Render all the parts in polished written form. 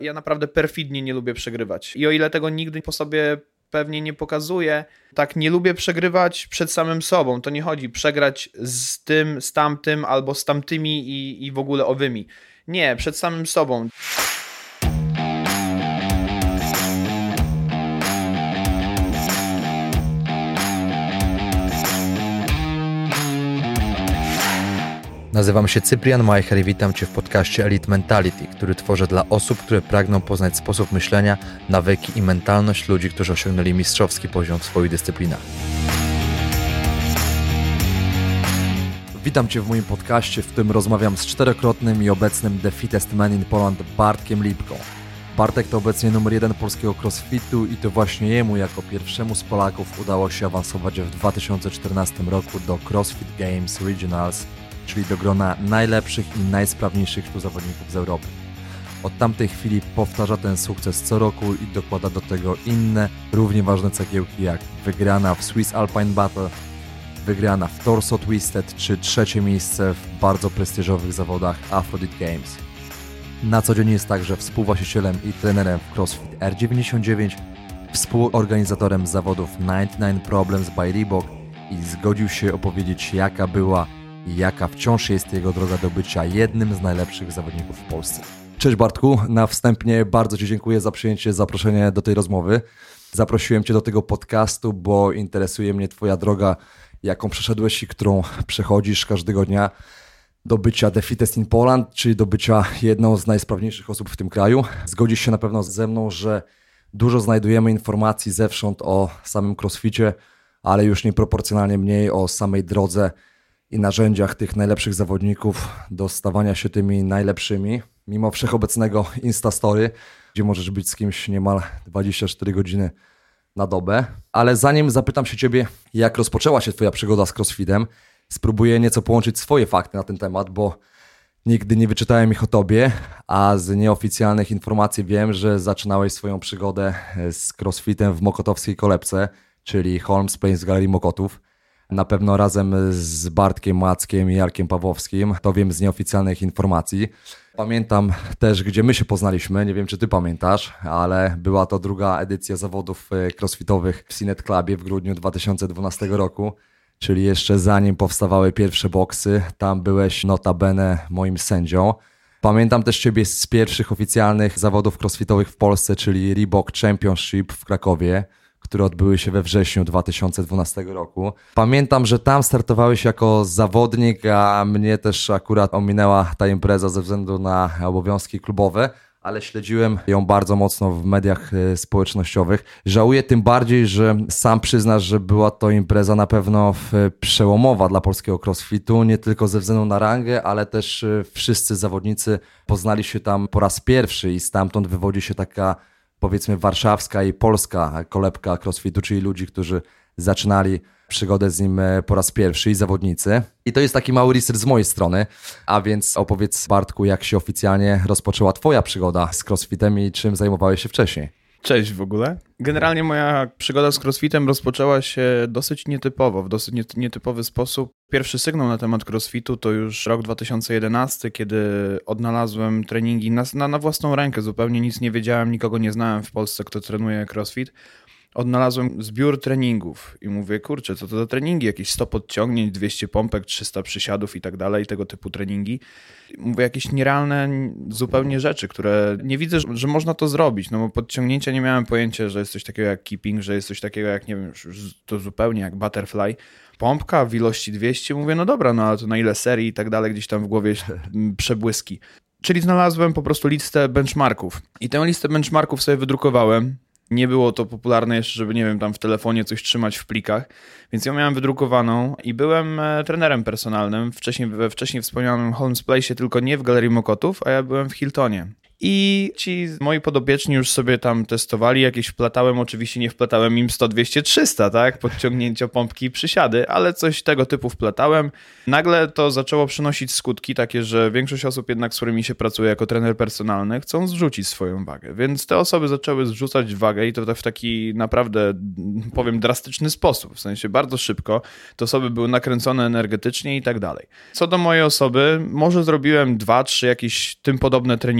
Ja naprawdę perfidnie nie lubię przegrywać. I o ile tego nigdy po sobie pewnie nie pokazuję, tak nie lubię przegrywać przed samym sobą. To nie chodzi przegrać z tym, z tamtym albo z tamtymi i w ogóle owymi. Nie, przed samym sobą. Nazywam się Cyprian Majcher i witam Cię w podcaście Elite Mentality, który tworzę dla osób, które pragną poznać sposób myślenia, nawyki i mentalność ludzi, którzy osiągnęli mistrzowski poziom w swoich dyscyplinach. Witam Cię w moim podcaście, w którym rozmawiam z czterokrotnym i obecnym The Fittest Man in Poland Bartkiem Lipką. Bartek to obecnie numer 1 polskiego crossfitu i to właśnie jemu jako pierwszemu z Polaków udało się awansować w 2014 roku do CrossFit Games Regionals, czyli do grona najlepszych i najsprawniejszych tu zawodników z Europy. Od tamtej chwili powtarza ten sukces co roku i dokłada do tego inne, równie ważne cegiełki jak wygrana w Swiss Alpine Battle, wygrana w Torso Twisted czy trzecie miejsce w bardzo prestiżowych zawodach Aphrodite Games. Na co dzień jest także współwłaścicielem i trenerem w CrossFit R99, współorganizatorem zawodów 99 Problems by Reebok i zgodził się opowiedzieć, jaka była i jaka wciąż jest jego droga do bycia jednym z najlepszych zawodników w Polsce. Cześć Bartku, na wstępie bardzo Ci dziękuję za przyjęcie zaproszenia do tej rozmowy. Zaprosiłem Cię do tego podcastu, bo interesuje mnie Twoja droga, jaką przeszedłeś i którą przechodzisz każdego dnia do bycia The Fittest in Poland, czyli do bycia jedną z najsprawniejszych osób w tym kraju. Zgodzisz się na pewno ze mną, że dużo znajdujemy informacji zewsząd o samym crossficie, ale już nieproporcjonalnie mniej o samej drodze i narzędziach tych najlepszych zawodników do stawania się tymi najlepszymi, mimo wszechobecnego Instastory, gdzie możesz być z kimś niemal 24 godziny na dobę. Ale zanim zapytam się Ciebie, jak rozpoczęła się Twoja przygoda z crossfitem, spróbuję nieco połączyć swoje fakty na ten temat, bo nigdy nie wyczytałem ich o Tobie, a z nieoficjalnych informacji wiem, że zaczynałeś swoją przygodę z crossfitem w mokotowskiej kolebce, czyli Holmes Plains Galerii Mokotów. Na pewno razem z Bartkiem Mackiem i Jarkiem Pawłowskim, to wiem z nieoficjalnych informacji. Pamiętam też, gdzie my się poznaliśmy, nie wiem czy Ty pamiętasz, ale była to druga edycja zawodów crossfitowych w Sinet Clubie w grudniu 2012 roku, czyli jeszcze zanim powstawały pierwsze boksy, tam byłeś notabene moim sędzią. Pamiętam też Ciebie z pierwszych oficjalnych zawodów crossfitowych w Polsce, czyli Reebok Championship w Krakowie, które odbyły się we wrześniu 2012 roku. Pamiętam, że tam startowałeś jako zawodnik, a mnie też akurat ominęła ta impreza ze względu na obowiązki klubowe, ale śledziłem ją bardzo mocno w mediach społecznościowych. Żałuję tym bardziej, że sam przyznasz, że była to impreza na pewno przełomowa dla polskiego crossfitu, nie tylko ze względu na rangę, ale też wszyscy zawodnicy poznali się tam po raz pierwszy i stamtąd wywodzi się taka, powiedzmy, warszawska i polska kolebka crossfitu, czyli ludzi, którzy zaczynali przygodę z nim po raz pierwszy i zawodnicy. I to jest taki mały research z mojej strony, a więc opowiedz Bartku, jak się oficjalnie rozpoczęła Twoja przygoda z crossfitem i czym zajmowałeś się wcześniej. Cześć w ogóle. Generalnie moja przygoda z crossfitem rozpoczęła się dosyć nietypowo, w dosyć nietypowy sposób. Pierwszy sygnał na temat crossfitu to już rok 2011, kiedy odnalazłem treningi na własną rękę. Zupełnie nic nie wiedziałem, nikogo nie znałem w Polsce, kto trenuje crossfit. Odnalazłem zbiór treningów i mówię, kurczę, co to za treningi? Jakieś 100 podciągnięć, 200 pompek, 300 przysiadów i tak dalej, tego typu treningi. Mówię, jakieś nierealne zupełnie rzeczy, które nie widzę, że można to zrobić, no bo podciągnięcia nie miałem pojęcia, że jest coś takiego jak keeping, że jest coś takiego jak, nie wiem, już to zupełnie jak butterfly. Pompka w ilości 200, mówię, no dobra, no ale to na ile serii i tak dalej, gdzieś tam w głowie przebłyski. Czyli znalazłem po prostu listę benchmarków i tę listę benchmarków sobie wydrukowałem. Nie było to popularne jeszcze, żeby, nie wiem, tam w telefonie coś trzymać w plikach, więc ją miałem wydrukowaną i byłem trenerem personalnym we wcześniej wspomnianym Holmes Place, tylko nie w Galerii Mokotów, a ja byłem w Hiltonie. I ci moi podobieczni już sobie tam testowali, jakieś wplatałem, oczywiście nie wplatałem im 100, 200, 300, tak, podciągnięcia, pompki i przysiady, ale coś tego typu wplatałem. Nagle to zaczęło przynosić skutki takie, że większość osób jednak, z którymi się pracuje jako trener personalny, chcą zrzucić swoją wagę, więc te osoby zaczęły zrzucać wagę i to w taki naprawdę, powiem, drastyczny sposób, w sensie bardzo szybko, te osoby były nakręcone energetycznie i tak dalej. Co do mojej osoby, może zrobiłem 2-3 jakieś tym podobne treningi,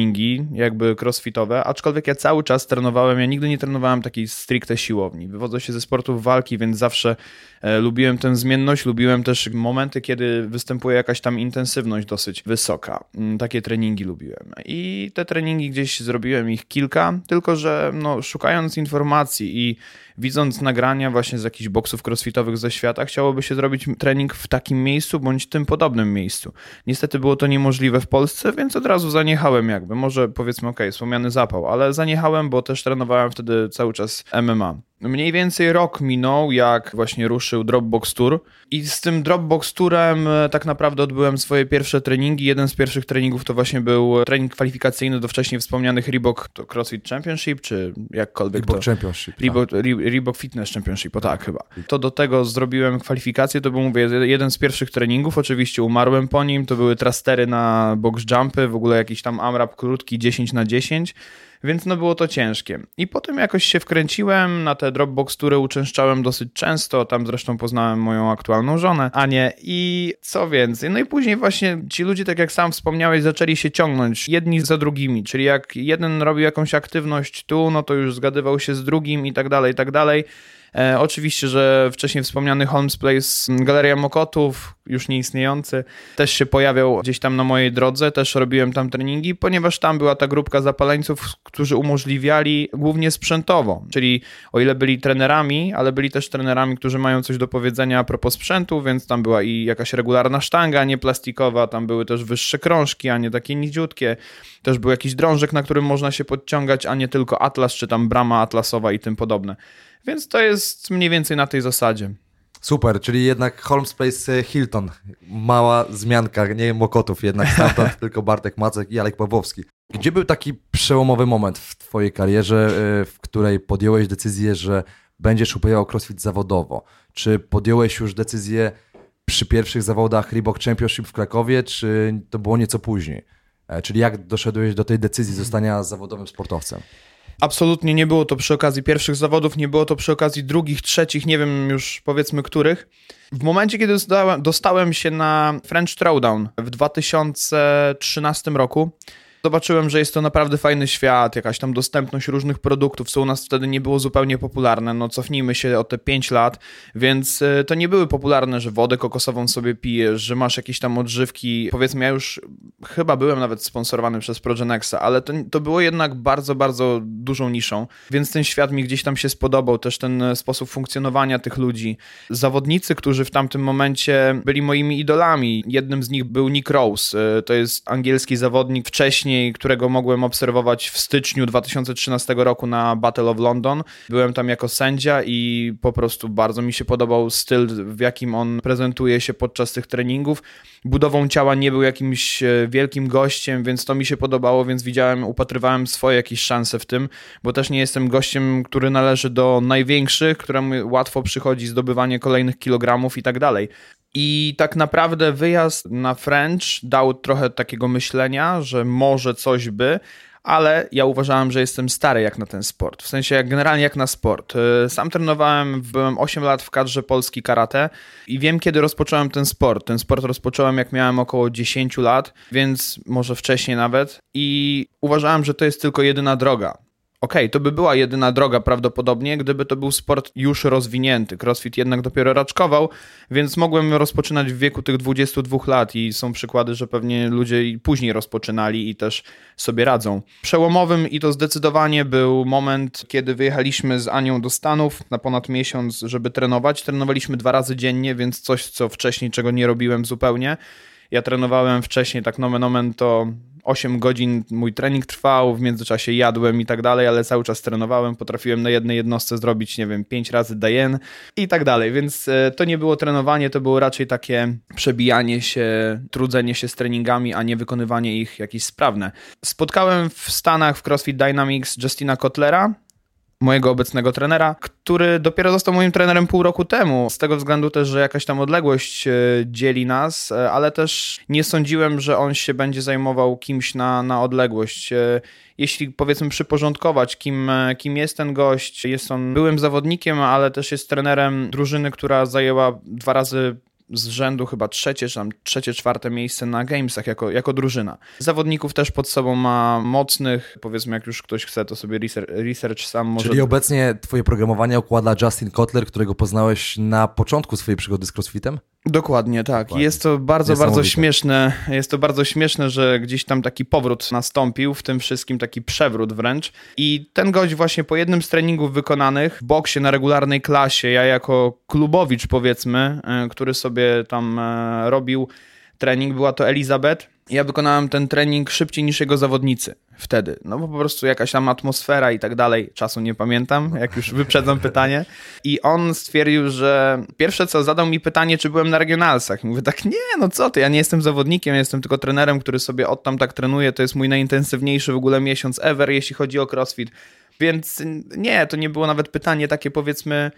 jakby crossfitowe, aczkolwiek ja cały czas trenowałem, ja nigdy nie trenowałem takiej stricte siłowni. Wywodzę się ze sportów walki, więc zawsze lubiłem tę zmienność, lubiłem też momenty, kiedy występuje jakaś tam intensywność dosyć wysoka. Takie treningi lubiłem. I te treningi gdzieś zrobiłem ich kilka, tylko że szukając informacji i widząc nagrania właśnie z jakichś boksów crossfitowych ze świata, chciałoby się zrobić trening w takim miejscu bądź tym podobnym miejscu. Niestety było to niemożliwe w Polsce, więc od razu zaniechałem jakby. Może powiedzmy wspomniany zapał, ale zaniechałem, bo też trenowałem wtedy cały czas MMA. Mniej więcej rok minął, jak właśnie ruszył Dropbox Tour i z tym Dropbox Tourem tak naprawdę odbyłem swoje pierwsze treningi. Jeden z pierwszych treningów to właśnie był trening kwalifikacyjny do wcześniej wspomnianych Reebok CrossFit Championship, czy jakkolwiek Reebok Championship. Reebok Fitness Championship, tak chyba. To do tego zrobiłem kwalifikację, to był, mówię, jeden z pierwszych treningów, oczywiście umarłem po nim, to były thrustery na box jumpy, w ogóle jakiś tam AMRAP krótki 10x10, więc było to ciężkie. I potem jakoś się wkręciłem, na te Dropbox Toury uczęszczałem dosyć często, tam zresztą poznałem moją aktualną żonę, Anię, i co więcej. I później właśnie ci ludzie, tak jak sam wspomniałeś, zaczęli się ciągnąć jedni za drugimi, czyli jak jeden robił jakąś aktywność tu, to już zgadywał się z drugim i tak dalej, i tak dalej. Oczywiście, że wcześniej wspomniany Holmes Place, Galeria Mokotów, już nieistniejący, też się pojawiał gdzieś tam na mojej drodze, też robiłem tam treningi, ponieważ tam była ta grupka zapaleńców, którzy umożliwiali głównie sprzętowo, czyli o ile byli trenerami, ale byli też trenerami, którzy mają coś do powiedzenia a propos sprzętu, więc tam była i jakaś regularna sztanga, a nie plastikowa, tam były też wyższe krążki, a nie takie niziutkie, też był jakiś drążek, na którym można się podciągać, a nie tylko atlas, czy tam brama atlasowa i tym podobne. Więc to jest mniej więcej na tej zasadzie. Super, czyli jednak Holmes Place Hilton. Mała zmianka, nie Mokotów, jednak stamtąd tylko Bartek Macek i Alek Pawłowski. Gdzie był taki przełomowy moment w twojej karierze, w której podjąłeś decyzję, że będziesz upływał crossfit zawodowo? Czy podjąłeś już decyzję przy pierwszych zawodach Reebok Championship w Krakowie, czy to było nieco później? Czyli jak doszedłeś do tej decyzji zostania zawodowym sportowcem? Absolutnie nie było to przy okazji pierwszych zawodów, nie było to przy okazji drugich, trzecich, nie wiem już powiedzmy których. W momencie, kiedy dostałem się na French Throwdown w 2013 roku, zobaczyłem, że jest to naprawdę fajny świat, jakaś tam dostępność różnych produktów, co u nas wtedy nie było zupełnie popularne. Cofnijmy się o te 5 lat, więc to nie były popularne, że wodę kokosową sobie pijesz, że masz jakieś tam odżywki. Powiedzmy, ja już chyba byłem nawet sponsorowany przez Progenexa, ale to było jednak bardzo, bardzo dużą niszą, więc ten świat mi gdzieś tam się spodobał, też ten sposób funkcjonowania tych ludzi. Zawodnicy, którzy w tamtym momencie byli moimi idolami. Jednym z nich był Nick Rose, to jest angielski zawodnik wcześniej, którego mogłem obserwować w styczniu 2013 roku na Battle of London. Byłem tam jako sędzia i po prostu bardzo mi się podobał styl, w jakim on prezentuje się podczas tych treningów. Budową ciała nie był jakimś wielkim gościem, więc to mi się podobało, więc upatrywałem swoje jakieś szanse w tym, bo też nie jestem gościem, który należy do największych, któremu łatwo przychodzi zdobywanie kolejnych kilogramów i tak dalej. I tak naprawdę wyjazd na French dał trochę takiego myślenia, że może coś by, ale ja uważałem, że jestem stary jak na ten sport, w sensie generalnie jak na sport. Sam trenowałem, byłem 8 lat w kadrze Polski karate i wiem, kiedy rozpocząłem ten sport. Ten sport rozpocząłem, jak miałem około 10 lat, więc może wcześniej nawet, i uważałem, że to jest tylko jedyna droga. Okej, to by była jedyna droga prawdopodobnie, gdyby to był sport już rozwinięty. CrossFit jednak dopiero raczkował, więc mogłem rozpoczynać w wieku tych 22 lat i są przykłady, że pewnie ludzie później rozpoczynali i też sobie radzą. Przełomowym i to zdecydowanie był moment, kiedy wyjechaliśmy z Anią do Stanów na ponad miesiąc, żeby trenować. Trenowaliśmy 2 razy dziennie, więc coś, co wcześniej, czego nie robiłem zupełnie. Ja trenowałem wcześniej, tak nomen omen, to 8 godzin mój trening trwał, w międzyczasie jadłem i tak dalej, ale cały czas trenowałem, potrafiłem na jednej jednostce zrobić, 5 razy dajen i tak dalej, więc to nie było trenowanie, to było raczej takie przebijanie się, trudzenie się z treningami, a nie wykonywanie ich jakieś sprawne. Spotkałem w Stanach w CrossFit Dynamics Justina Kotlera, mojego obecnego trenera, który dopiero został moim trenerem pół roku temu. Z tego względu też, że jakaś tam odległość dzieli nas, ale też nie sądziłem, że on się będzie zajmował kimś na odległość. Jeśli powiedzmy przyporządkować, kim jest ten gość, jest on byłym zawodnikiem, ale też jest trenerem drużyny, która zajęła 2 razy z rzędu chyba trzecie, czwarte miejsce na Gamesach jako drużyna. Zawodników też pod sobą ma mocnych, powiedzmy jak już ktoś chce, to sobie research sam może... Czyli obecnie twoje programowanie układa Justin Kotler, którego poznałeś na początku swojej przygody z CrossFitem? Dokładnie, tak. Dokładnie. Jest to bardzo śmieszne. Jest to bardzo śmieszne, że gdzieś tam taki powrót nastąpił, w tym wszystkim taki przewrót wręcz. I ten gość właśnie po jednym z treningów wykonanych w boksie na regularnej klasie, ja jako klubowicz powiedzmy, który sobie tam robił trening, była to Elizabeth. Ja wykonałem ten trening szybciej niż jego zawodnicy wtedy. No bo po prostu jakaś tam atmosfera i tak dalej. Czasu nie pamiętam, jak już wyprzedzam pytanie. I on stwierdził, że pierwsze co, zadał mi pytanie, czy byłem na regionalsach. I mówię tak, nie, no co ty, ja nie jestem zawodnikiem, ja jestem tylko trenerem, który sobie od tam tak trenuje. To jest mój najintensywniejszy w ogóle miesiąc ever, jeśli chodzi o CrossFit. Więc nie, to nie było nawet pytanie takie powiedzmy,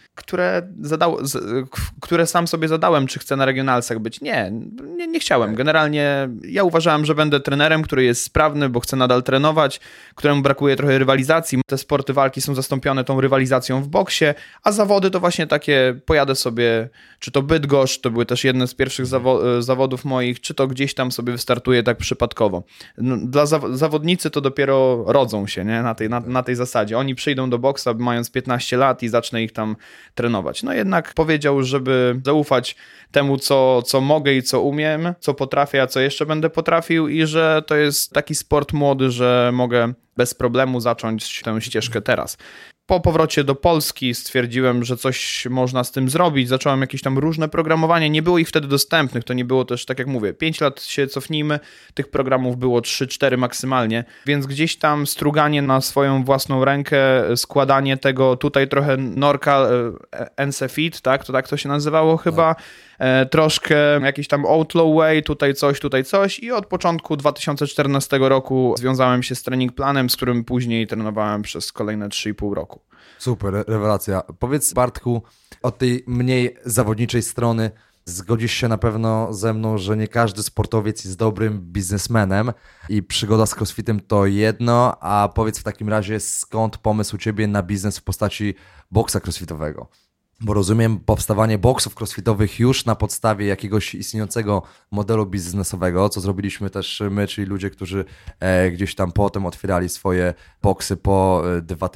które sam sobie zadałem, czy chcę na regionalsach być. Nie chciałem. Generalnie ja uważałem, że będę trenerem, który jest sprawny, bo chcę nadal trenować, któremu brakuje trochę rywalizacji. Te sporty walki są zastąpione tą rywalizacją w boksie, a zawody to właśnie takie, pojadę sobie, czy to Bydgoszcz, to były też jedne z pierwszych zawodów moich, czy to gdzieś tam sobie wystartuję tak przypadkowo. No, dla zawodnicy to dopiero rodzą się, nie? Na tej zasadzie. Oni przyjdą do boksa mając 15 lat i zacznę ich tam trenować. No jednak powiedział, żeby zaufać temu, co mogę i co umiem, co potrafię, a co jeszcze będę potrafił i że to jest taki sport młody, że mogę bez problemu zacząć tę ścieżkę teraz. Po powrocie do Polski stwierdziłem, że coś można z tym zrobić. Zacząłem jakieś tam różne programowanie. Nie było ich wtedy dostępnych. To nie było też, tak jak mówię, 5 lat się cofnijmy. Tych programów było 3-4 maksymalnie. Więc gdzieś tam struganie na swoją własną rękę, składanie tego, tutaj trochę Norcal NC Fit, tak? To tak to się nazywało chyba. Troszkę jakiś tam Outlaw Way, tutaj coś i od początku 2014 roku związałem się z Training Planem, z którym później trenowałem przez kolejne 3,5 roku. Super, rewelacja. Powiedz Bartku, od tej mniej zawodniczej strony zgodzisz się na pewno ze mną, że nie każdy sportowiec jest dobrym biznesmenem i przygoda z CrossFitem to jedno, a powiedz w takim razie skąd pomysł u Ciebie na biznes w postaci boksa crossfitowego? Bo rozumiem powstawanie boksów crossfitowych już na podstawie jakiegoś istniejącego modelu biznesowego, co zrobiliśmy też my, czyli ludzie, którzy gdzieś tam potem otwierali swoje boksy po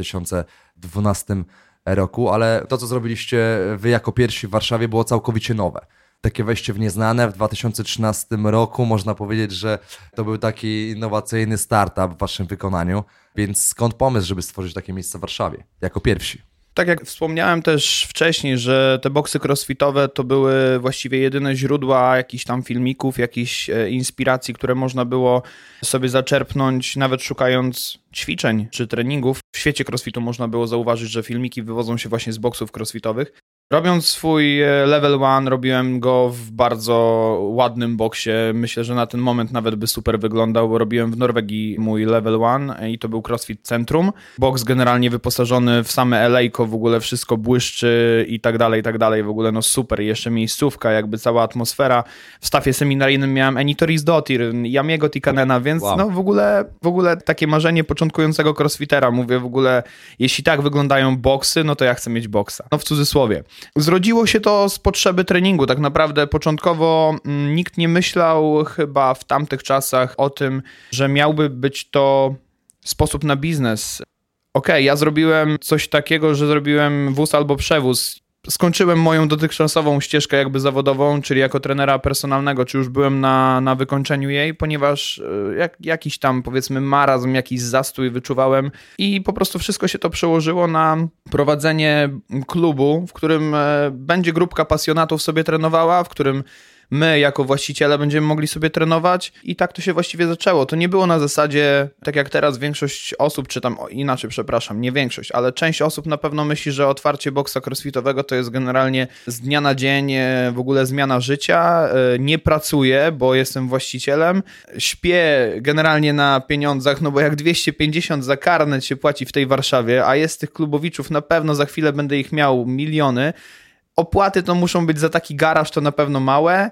2012 roku, ale to, co zrobiliście wy jako pierwsi w Warszawie, było całkowicie nowe. Takie wejście w nieznane w 2013 roku, można powiedzieć, że to był taki innowacyjny startup w waszym wykonaniu, więc skąd pomysł, żeby stworzyć takie miejsce w Warszawie jako pierwsi? Tak jak wspomniałem też wcześniej, że te boksy crossfitowe to były właściwie jedyne źródła jakichś tam filmików, jakichś inspiracji, które można było sobie zaczerpnąć, nawet szukając ćwiczeń czy treningów. W świecie crossfitu można było zauważyć, że filmiki wywodzą się właśnie z boksów crossfitowych. Robiąc swój level 1, robiłem go w bardzo ładnym boksie. Myślę, że na ten moment nawet by super wyglądał, bo robiłem w Norwegii mój level 1 i to był CrossFit Centrum. Boks generalnie wyposażony w same elejko, w ogóle wszystko błyszczy i tak dalej, w ogóle no super. I jeszcze miejscówka, jakby cała atmosfera. W stafie seminaryjnym miałem Enitoris Dotir, Jamiego Tikkanena, więc wow. No w ogóle takie marzenie początkującego crossfitera. Mówię w ogóle, jeśli tak wyglądają boksy, no to ja chcę mieć boksa. No w cudzysłowie. Zrodziło się to z potrzeby treningu. Tak naprawdę początkowo nikt nie myślał chyba w tamtych czasach o tym, że miałby być to sposób na biznes. Okej, ja zrobiłem coś takiego, że zrobiłem wóz albo przewóz. Skończyłem moją dotychczasową ścieżkę jakby zawodową, czyli jako trenera personalnego, czy już byłem na wykończeniu jej, ponieważ jakiś tam powiedzmy marazm, jakiś zastój wyczuwałem i po prostu wszystko się to przełożyło na prowadzenie klubu, w którym będzie grupka pasjonatów sobie trenowała, w którym my jako właściciele będziemy mogli sobie trenować i tak to się właściwie zaczęło. To nie było na zasadzie, tak jak teraz większość osób, czy tam inaczej, przepraszam, nie większość, ale część osób na pewno myśli, że otwarcie boksa crossfitowego to jest generalnie z dnia na dzień w ogóle zmiana życia. Nie pracuję, bo jestem właścicielem. Śpię generalnie na pieniądzach, no bo jak 250 za karnet się płaci w tej Warszawie, a jest tych klubowiczów, na pewno za chwilę będę ich miał miliony. Opłaty to muszą być za taki garaż to na pewno małe.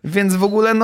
Więc w ogóle,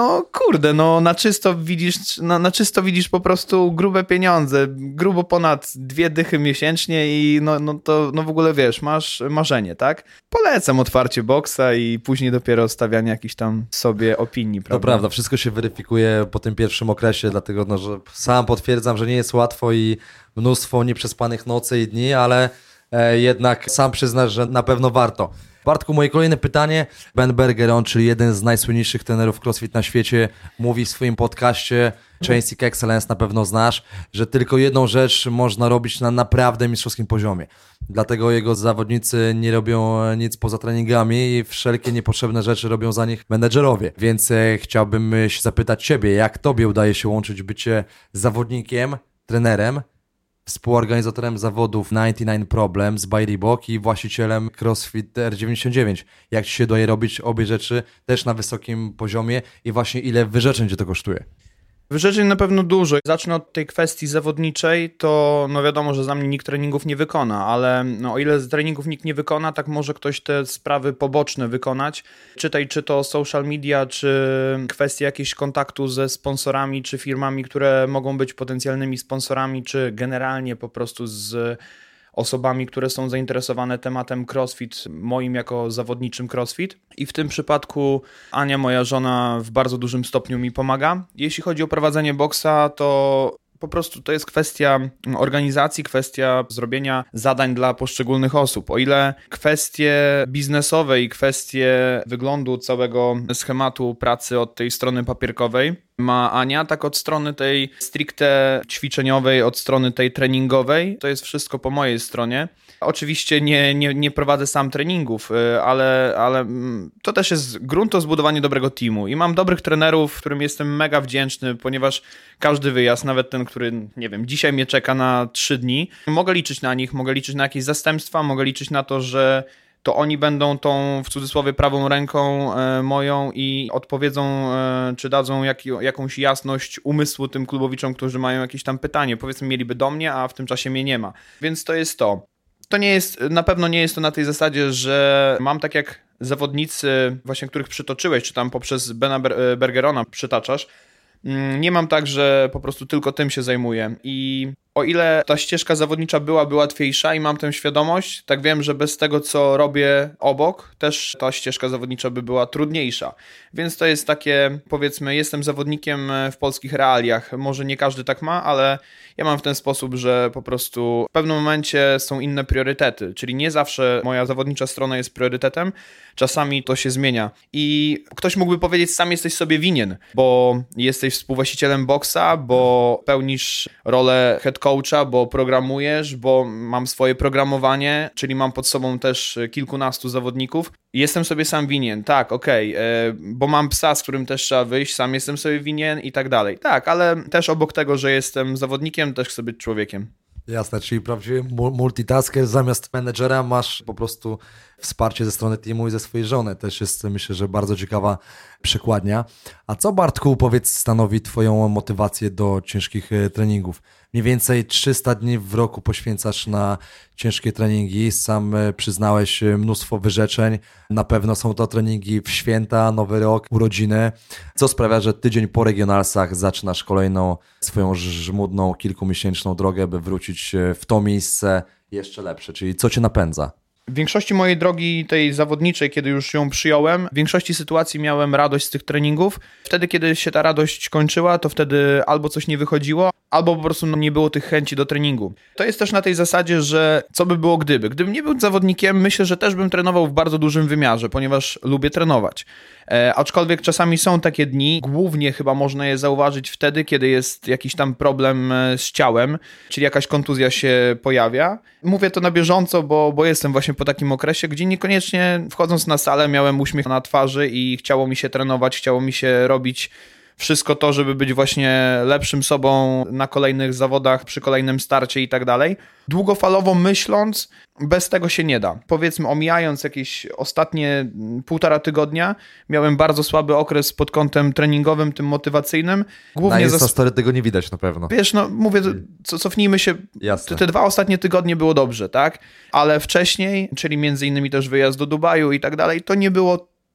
na czysto widzisz po prostu grube pieniądze, grubo ponad 2 dychy miesięcznie i to w ogóle wiesz, masz marzenie, tak? Polecam otwarcie boksa i później dopiero stawianie jakichś tam sobie opinii, prawda? To prawda, wszystko się weryfikuje po tym pierwszym okresie, dlatego że sam potwierdzam, że nie jest łatwo i mnóstwo nieprzespanych nocy i dni, ale jednak sam przyznasz, że na pewno warto. Bartku, moje kolejne pytanie. Ben Bergeron, czyli jeden z najsłynniejszych trenerów CrossFit na świecie, mówi w swoim podcaście Chasing Excellence, na pewno znasz, że tylko jedną rzecz można robić na naprawdę mistrzowskim poziomie. Dlatego jego zawodnicy nie robią nic poza treningami i wszelkie niepotrzebne rzeczy robią za nich menedżerowie. Więc chciałbym się zapytać ciebie, jak tobie udaje się łączyć bycie zawodnikiem, trenerem, współorganizatorem zawodów 99 Problems by Reebok i właścicielem CrossFit R99. Jak ci się udaje robić obie rzeczy też na wysokim poziomie i właśnie ile wyrzeczeń cię to kosztuje? Wyrzeczeń na pewno dużo. Zacznę od tej kwestii zawodniczej, to wiadomo, że za mnie nikt treningów nie wykona, ale o ile z treningów nikt nie wykona, tak może ktoś te sprawy poboczne wykonać. Czy to social media, czy kwestie jakiegoś kontaktu ze sponsorami, czy firmami, które mogą być potencjalnymi sponsorami, czy generalnie po prostu z osobami, które są zainteresowane tematem CrossFit, moim jako zawodniczym CrossFit. I w tym przypadku Ania, moja żona, w bardzo dużym stopniu mi pomaga. Jeśli chodzi o prowadzenie boksa, to po prostu to jest kwestia organizacji, kwestia zrobienia zadań dla poszczególnych osób. O ile kwestie biznesowe i kwestie wyglądu całego schematu pracy od tej strony papierkowej ma Ania, tak od strony tej stricte ćwiczeniowej, od strony tej treningowej, to jest wszystko po mojej stronie. Oczywiście nie prowadzę sam treningów, ale to też jest grunt to zbudowanie dobrego teamu i mam dobrych trenerów, którym jestem mega wdzięczny, ponieważ każdy wyjazd, nawet ten, który, nie wiem, dzisiaj mnie czeka na 3 dni, mogę liczyć na nich, mogę liczyć na jakieś zastępstwa, mogę liczyć na to, że to oni będą tą, w cudzysłowie, prawą ręką moją i odpowiedzą, czy dadzą jakąś jasność umysłu tym klubowiczom, którzy mają jakieś tam pytanie. Powiedzmy, mieliby do mnie, a w tym czasie mnie nie ma. Więc to jest to. To nie jest, na pewno nie jest to na tej zasadzie, że mam tak jak zawodnicy, właśnie których przytoczyłeś, czy tam poprzez Bena Bergerona przytaczasz, nie mam tak, że po prostu tylko tym się zajmuję i o ile ta ścieżka zawodnicza byłaby łatwiejsza i mam tę świadomość, tak wiem, że bez tego, co robię obok, też ta ścieżka zawodnicza by była trudniejsza. Więc to jest takie, powiedzmy, jestem zawodnikiem w polskich realiach. Może nie każdy tak ma, ale ja mam w ten sposób, że po prostu w pewnym momencie są inne priorytety, czyli nie zawsze moja zawodnicza strona jest priorytetem, czasami to się zmienia. I ktoś mógłby powiedzieć, sam jesteś sobie winien, bo jesteś współwłaścicielem boksa, bo pełnisz rolę head coacha, bo programujesz, bo mam swoje programowanie, czyli mam pod sobą też kilkunastu zawodników. Jestem sobie sam winien, tak, okej, bo mam psa, z którym też trzeba wyjść, sam jestem sobie winien i tak dalej. Tak, ale też obok tego, że jestem zawodnikiem, też chcę być człowiekiem. Jasne, czyli prawdziwy multitasker, zamiast menedżera masz po prostu wsparcie ze strony teamu i ze swojej żony. Też jest, myślę, że bardzo ciekawa przekładnia. A co, Bartku, powiedz, stanowi twoją motywację do ciężkich treningów? Mniej więcej 300 dni w roku poświęcasz na ciężkie treningi. Sam przyznałeś mnóstwo wyrzeczeń. Na pewno są to treningi w święta, Nowy Rok, urodziny. Co sprawia, że tydzień po regionalsach zaczynasz kolejną swoją żmudną, kilkumiesięczną drogę, by wrócić w to miejsce jeszcze lepsze? Czyli co cię napędza? W większości mojej drogi tej zawodniczej, kiedy już ją przyjąłem, w większości sytuacji miałem radość z tych treningów. Wtedy, kiedy się ta radość kończyła, to wtedy albo coś nie wychodziło, albo po prostu nie było tych chęci do treningu. To jest też na tej zasadzie, że co by było gdyby? Gdybym nie był zawodnikiem, myślę, że też bym trenował w bardzo dużym wymiarze, ponieważ lubię trenować. Aczkolwiek czasami są takie dni, głównie chyba można je zauważyć wtedy, kiedy jest jakiś tam problem z ciałem, czyli jakaś kontuzja się pojawia. Mówię to na bieżąco, bo jestem właśnie po takim okresie, gdzie niekoniecznie wchodząc na salę miałem uśmiech na twarzy i chciało mi się trenować, chciało mi się robić wszystko to, żeby być właśnie lepszym sobą na kolejnych zawodach, przy kolejnym starcie i tak dalej. Długofalowo myśląc, bez tego się nie da. Powiedzmy, omijając jakieś ostatnie 1,5 tygodnia, miałem bardzo słaby okres pod kątem treningowym, tym motywacyjnym. Głównie na story tego nie widać na pewno. Wiesz, no mówię, cofnijmy się, te 2 ostatnie tygodnie było dobrze, tak? Ale wcześniej, czyli między innymi też wyjazd do Dubaju i tak dalej, to nie było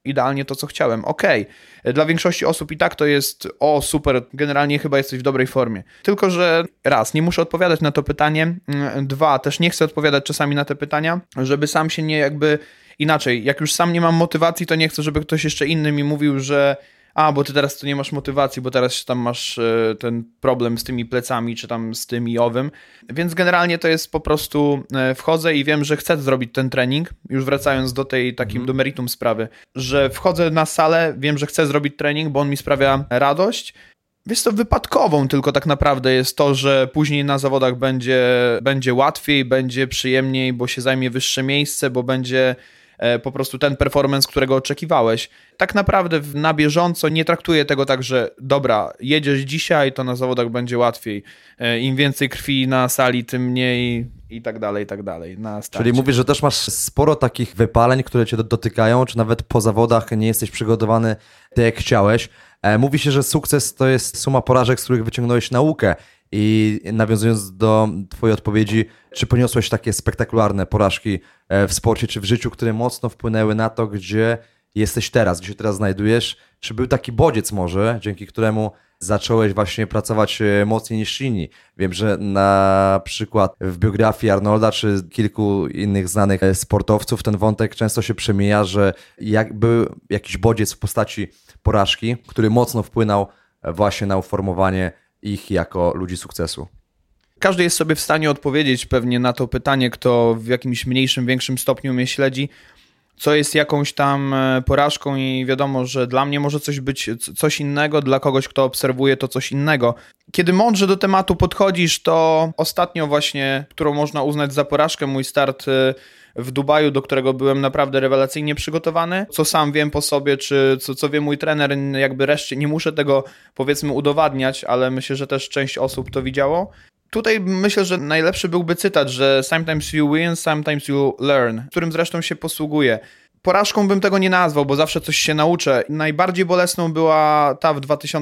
idealnie to, co chciałem. Okej. Dla większości osób i tak to jest super, generalnie chyba jesteś w dobrej formie. Tylko, że raz, nie muszę odpowiadać na to pytanie, dwa, też nie chcę odpowiadać czasami na te pytania, żeby sam się nie inaczej, jak już sam nie mam motywacji, to nie chcę, żeby ktoś jeszcze inny mi mówił, że bo ty teraz tu nie masz motywacji, bo teraz tam masz ten problem z tymi plecami, czy tam z tym i owym. Więc generalnie to jest po prostu wchodzę i wiem, że chcę zrobić ten trening, już wracając do tej do meritum sprawy, że wchodzę na salę, wiem, że chcę zrobić trening, bo on mi sprawia radość. Wiesz co, wypadkową tylko tak naprawdę jest to, że później na zawodach będzie łatwiej, będzie przyjemniej, bo się zajmie wyższe miejsce, bo będzie po prostu ten performance, którego oczekiwałeś. Tak naprawdę na bieżąco nie traktuję tego tak, że dobra, jedziesz dzisiaj, to na zawodach będzie łatwiej. Im więcej krwi na sali, tym mniej i tak dalej na starcie. Czyli mówisz, że też masz sporo takich wypaleń, które cię dotykają, czy nawet po zawodach nie jesteś przygotowany tak jak chciałeś. Mówi się, że sukces to jest suma porażek, z których wyciągnąłeś naukę. I nawiązując do twojej odpowiedzi, czy poniosłeś takie spektakularne porażki w sporcie, czy w życiu, które mocno wpłynęły na to, gdzie jesteś teraz, gdzie się teraz znajdujesz? Czy był taki bodziec może, dzięki któremu zacząłeś właśnie pracować mocniej niż inni? Wiem, że na przykład w biografii Arnolda, czy kilku innych znanych sportowców ten wątek często się przemija, że był jakiś bodziec w postaci porażki, który mocno wpłynął właśnie na uformowanie ich jako ludzi sukcesu. Każdy jest sobie w stanie odpowiedzieć pewnie na to pytanie, kto w jakimś mniejszym, większym stopniu mnie śledzi, co jest jakąś tam porażką i wiadomo, że dla mnie może coś być coś innego, dla kogoś, kto obserwuje, to coś innego. Kiedy mądrze do tematu podchodzisz, to ostatnio właśnie, którą można uznać za porażkę, mój start w Dubaju, do którego byłem naprawdę rewelacyjnie przygotowany, co sam wiem po sobie, czy co wie mój trener, jakby reszcie nie muszę tego powiedzmy udowadniać, ale myślę, że też część osób to widziało. Tutaj myślę, że najlepszy byłby cytat, że sometimes you win, sometimes you learn, którym zresztą się posługuję. Porażką bym tego nie nazwał, bo zawsze coś się nauczę. Najbardziej bolesną była ta w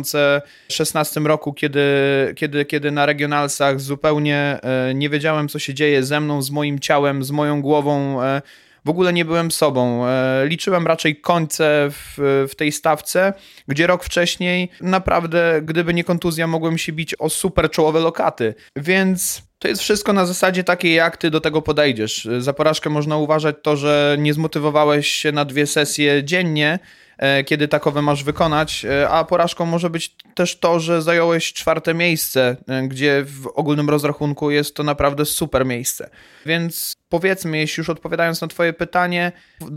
2016 roku, kiedy na regionalsach zupełnie nie wiedziałem, co się dzieje ze mną, z moim ciałem, z moją głową. W ogóle nie byłem sobą. Liczyłem raczej końce w tej stawce, gdzie rok wcześniej naprawdę, gdyby nie kontuzja, mogłem się bić o super czołowe lokaty. Więc to jest wszystko na zasadzie takiej, jak ty do tego podejdziesz. Za porażkę można uważać to, że nie zmotywowałeś się na 2 sesje dziennie, kiedy takowe masz wykonać, a porażką może być też to, że zająłeś 4. miejsce, gdzie w ogólnym rozrachunku jest to naprawdę super miejsce. Więc powiedzmy, jeśli już odpowiadając na twoje pytanie,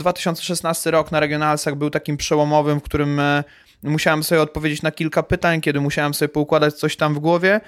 2016 rok na regionalsach był takim przełomowym, w którym musiałem sobie odpowiedzieć na kilka pytań, kiedy musiałem sobie poukładać coś tam w głowie.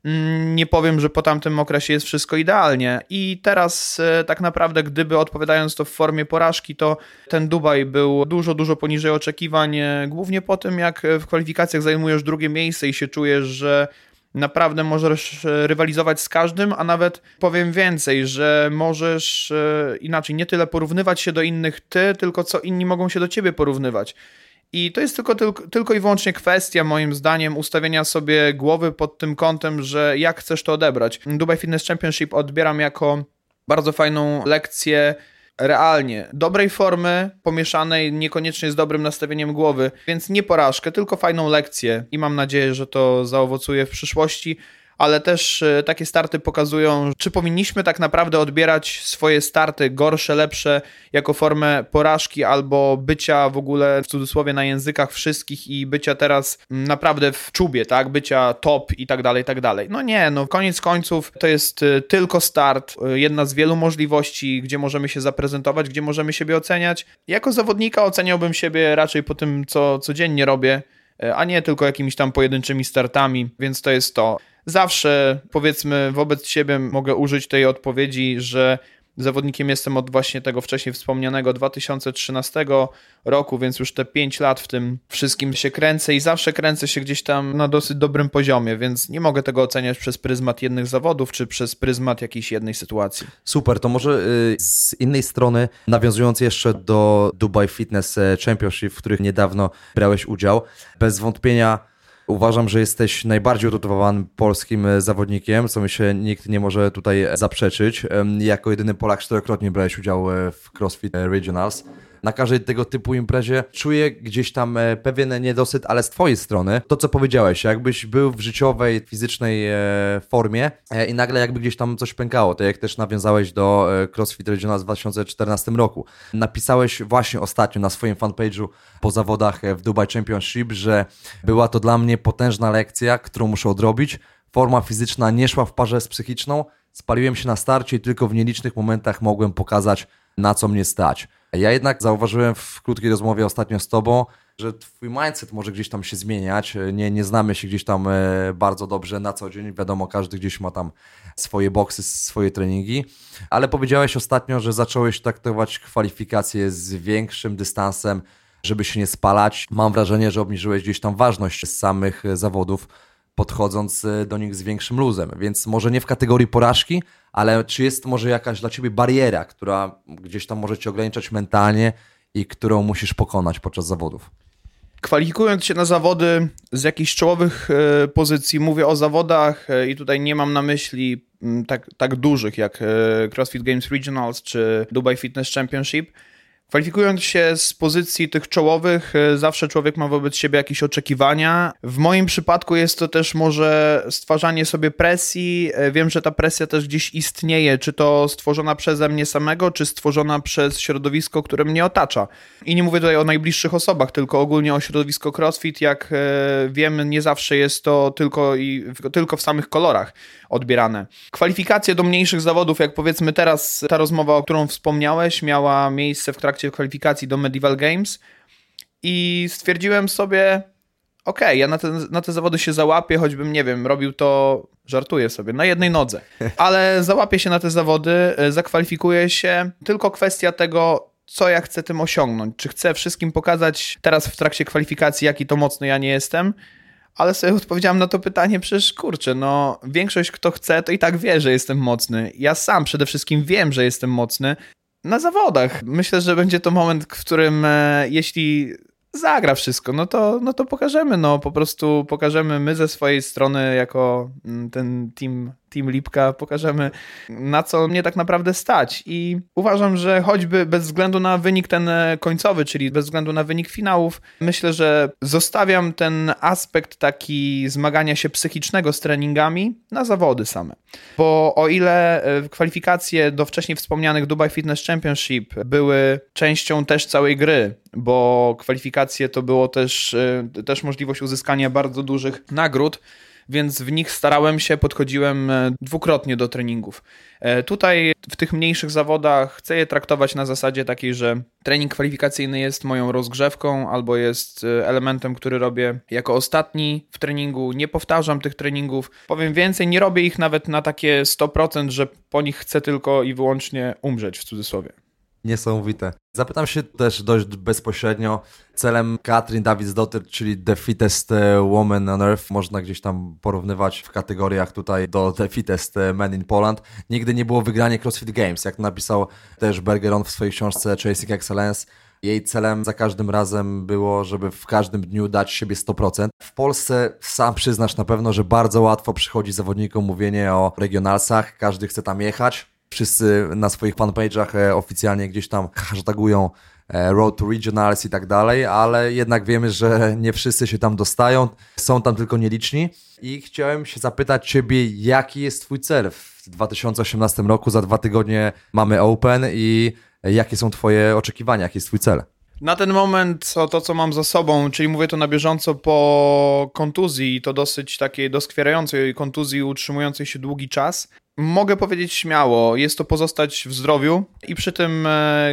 Nie powiem, że po tamtym okresie jest wszystko idealnie i teraz tak naprawdę, gdyby odpowiadając to w formie porażki, to ten Dubaj był dużo poniżej oczekiwań, głównie po tym, jak w kwalifikacjach zajmujesz 2. miejsce i się czujesz, że naprawdę możesz rywalizować z każdym, a nawet powiem więcej, że możesz inaczej, nie tyle porównywać się do innych tylko co inni mogą się do ciebie porównywać. I to jest tylko i wyłącznie kwestia, moim zdaniem, ustawienia sobie głowy pod tym kątem, że jak chcesz to odebrać. Dubai Fitness Championship odbieram jako bardzo fajną lekcję realnie dobrej formy, pomieszanej niekoniecznie z dobrym nastawieniem głowy, więc nie porażkę, tylko fajną lekcję i mam nadzieję, że to zaowocuje w przyszłości. Ale też takie starty pokazują, czy powinniśmy tak naprawdę odbierać swoje starty gorsze, lepsze jako formę porażki albo bycia w ogóle w cudzysłowie na językach wszystkich i bycia teraz naprawdę w czubie, tak? Bycia top i tak dalej, tak dalej. No nie, koniec końców to jest tylko start, jedna z wielu możliwości, gdzie możemy się zaprezentować, gdzie możemy siebie oceniać. Jako zawodnika oceniałbym siebie raczej po tym, co codziennie robię, a nie tylko jakimiś tam pojedynczymi startami, więc to jest to. Zawsze, powiedzmy, wobec siebie mogę użyć tej odpowiedzi, że zawodnikiem jestem od właśnie tego wcześniej wspomnianego 2013 roku, więc już te 5 lat w tym wszystkim się kręcę i zawsze kręcę się gdzieś tam na dosyć dobrym poziomie, więc nie mogę tego oceniać przez pryzmat jednych zawodów, czy przez pryzmat jakiejś jednej sytuacji. Super, to może z innej strony, nawiązując jeszcze do Dubai Fitness Championship, w których niedawno brałeś udział, bez wątpienia uważam, że jesteś najbardziej utytułowanym polskim zawodnikiem, co mi się nikt nie może tutaj zaprzeczyć. Jako jedyny Polak 4-krotnie brałeś udział w CrossFit Regionals. na każdej tego typu imprezie. Czuję gdzieś tam pewien niedosyt, ale z twojej strony, to co powiedziałeś, jakbyś był w życiowej, fizycznej formie i nagle jakby gdzieś tam coś pękało, to jak też nawiązałeś do CrossFit Regionals w 2014 roku. Napisałeś właśnie ostatnio na swoim fanpage'u po zawodach w Dubai Championship, że była to dla mnie potężna lekcja, którą muszę odrobić. Forma fizyczna nie szła w parze z psychiczną, spaliłem się na starcie i tylko w nielicznych momentach mogłem pokazać, na co mnie stać. Ja jednak zauważyłem w krótkiej rozmowie ostatnio z tobą, że twój mindset może gdzieś tam się zmieniać. Nie znamy się gdzieś tam bardzo dobrze na co dzień. Wiadomo, każdy gdzieś ma tam swoje boksy, swoje treningi. Ale powiedziałeś ostatnio, że zacząłeś traktować kwalifikacje z większym dystansem, żeby się nie spalać. Mam wrażenie, że obniżyłeś gdzieś tam ważność samych zawodów, podchodząc do nich z większym luzem. Więc może nie w kategorii porażki, ale czy jest może jakaś dla ciebie bariera, która gdzieś tam może cię ograniczać mentalnie i którą musisz pokonać podczas zawodów? Kwalifikując się na zawody z jakichś czołowych pozycji, mówię o zawodach i tutaj nie mam na myśli tak dużych jak CrossFit Games Regionals czy Dubai Fitness Championship. Kwalifikując się z pozycji tych czołowych, zawsze człowiek ma wobec siebie jakieś oczekiwania. W moim przypadku jest to też może stwarzanie sobie presji. Wiem, że ta presja też gdzieś istnieje, czy to stworzona przeze mnie samego, czy stworzona przez środowisko, które mnie otacza. I nie mówię tutaj o najbliższych osobach, tylko ogólnie o środowisko CrossFit. Jak wiemy, nie zawsze jest to tylko w samych kolorach odbierane. Kwalifikacje do mniejszych zawodów, jak powiedzmy teraz ta rozmowa, o którą wspomniałeś, miała miejsce w trakcie kwalifikacji do Medieval Games i stwierdziłem sobie, okej, ja na te zawody się załapię, choćbym, nie wiem, robił to, żartuję sobie, na jednej nodze, ale załapię się na te zawody, zakwalifikuję się, tylko kwestia tego, co ja chcę tym osiągnąć. Czy chcę wszystkim pokazać teraz w trakcie kwalifikacji, jaki to mocny ja nie jestem, ale sobie odpowiedziałem na to pytanie, przecież kurczę, no większość kto chce, to i tak wie, że jestem mocny. Ja sam przede wszystkim wiem, że jestem mocny na zawodach. Myślę, że będzie to moment, w którym jeśli zagra wszystko, no to pokażemy, po prostu pokażemy my ze swojej strony jako ten Team Lipka, pokażemy na co mnie tak naprawdę stać i uważam, że choćby bez względu na wynik ten końcowy, czyli bez względu na wynik finałów, myślę, że zostawiam ten aspekt taki zmagania się psychicznego z treningami na zawody same. Bo o ile kwalifikacje do wcześniej wspomnianych Dubai Fitness Championship były częścią też całej gry, bo kwalifikacje to było też możliwość uzyskania bardzo dużych nagród, więc w nich starałem się, podchodziłem dwukrotnie do treningów. Tutaj w tych mniejszych zawodach chcę je traktować na zasadzie takiej, że trening kwalifikacyjny jest moją rozgrzewką albo jest elementem, który robię jako ostatni w treningu. Nie powtarzam tych treningów. Powiem więcej, nie robię ich nawet na takie 100%, że po nich chcę tylko i wyłącznie umrzeć, w cudzysłowie. Niesamowite. Zapytam się też dość bezpośrednio. Celem Katrin Davidsdottir, czyli The Fittest Woman on Earth, można gdzieś tam porównywać w kategoriach tutaj do The Fittest Man in Poland. Nigdy nie było wygranie CrossFit Games, jak napisał też Bergeron w swojej książce Chasing Excellence. Jej celem za każdym razem było, żeby w każdym dniu dać siebie 100%. W Polsce sam przyznasz na pewno, że bardzo łatwo przychodzi zawodnikom mówienie o regionalsach, każdy chce tam jechać. Wszyscy na swoich fanpage'ach oficjalnie gdzieś tam hashtagują Road to Regionals i tak dalej, ale jednak wiemy, że nie wszyscy się tam dostają, są tam tylko nieliczni i chciałem się zapytać Ciebie, jaki jest Twój cel w 2018 roku, za 2 tygodnie mamy Open i jakie są Twoje oczekiwania, jaki jest Twój cel? Na ten moment to, co mam za sobą, czyli mówię to na bieżąco po kontuzji, to dosyć takiej doskwierającej kontuzji utrzymującej się długi czas, mogę powiedzieć śmiało, jest to pozostać w zdrowiu i przy tym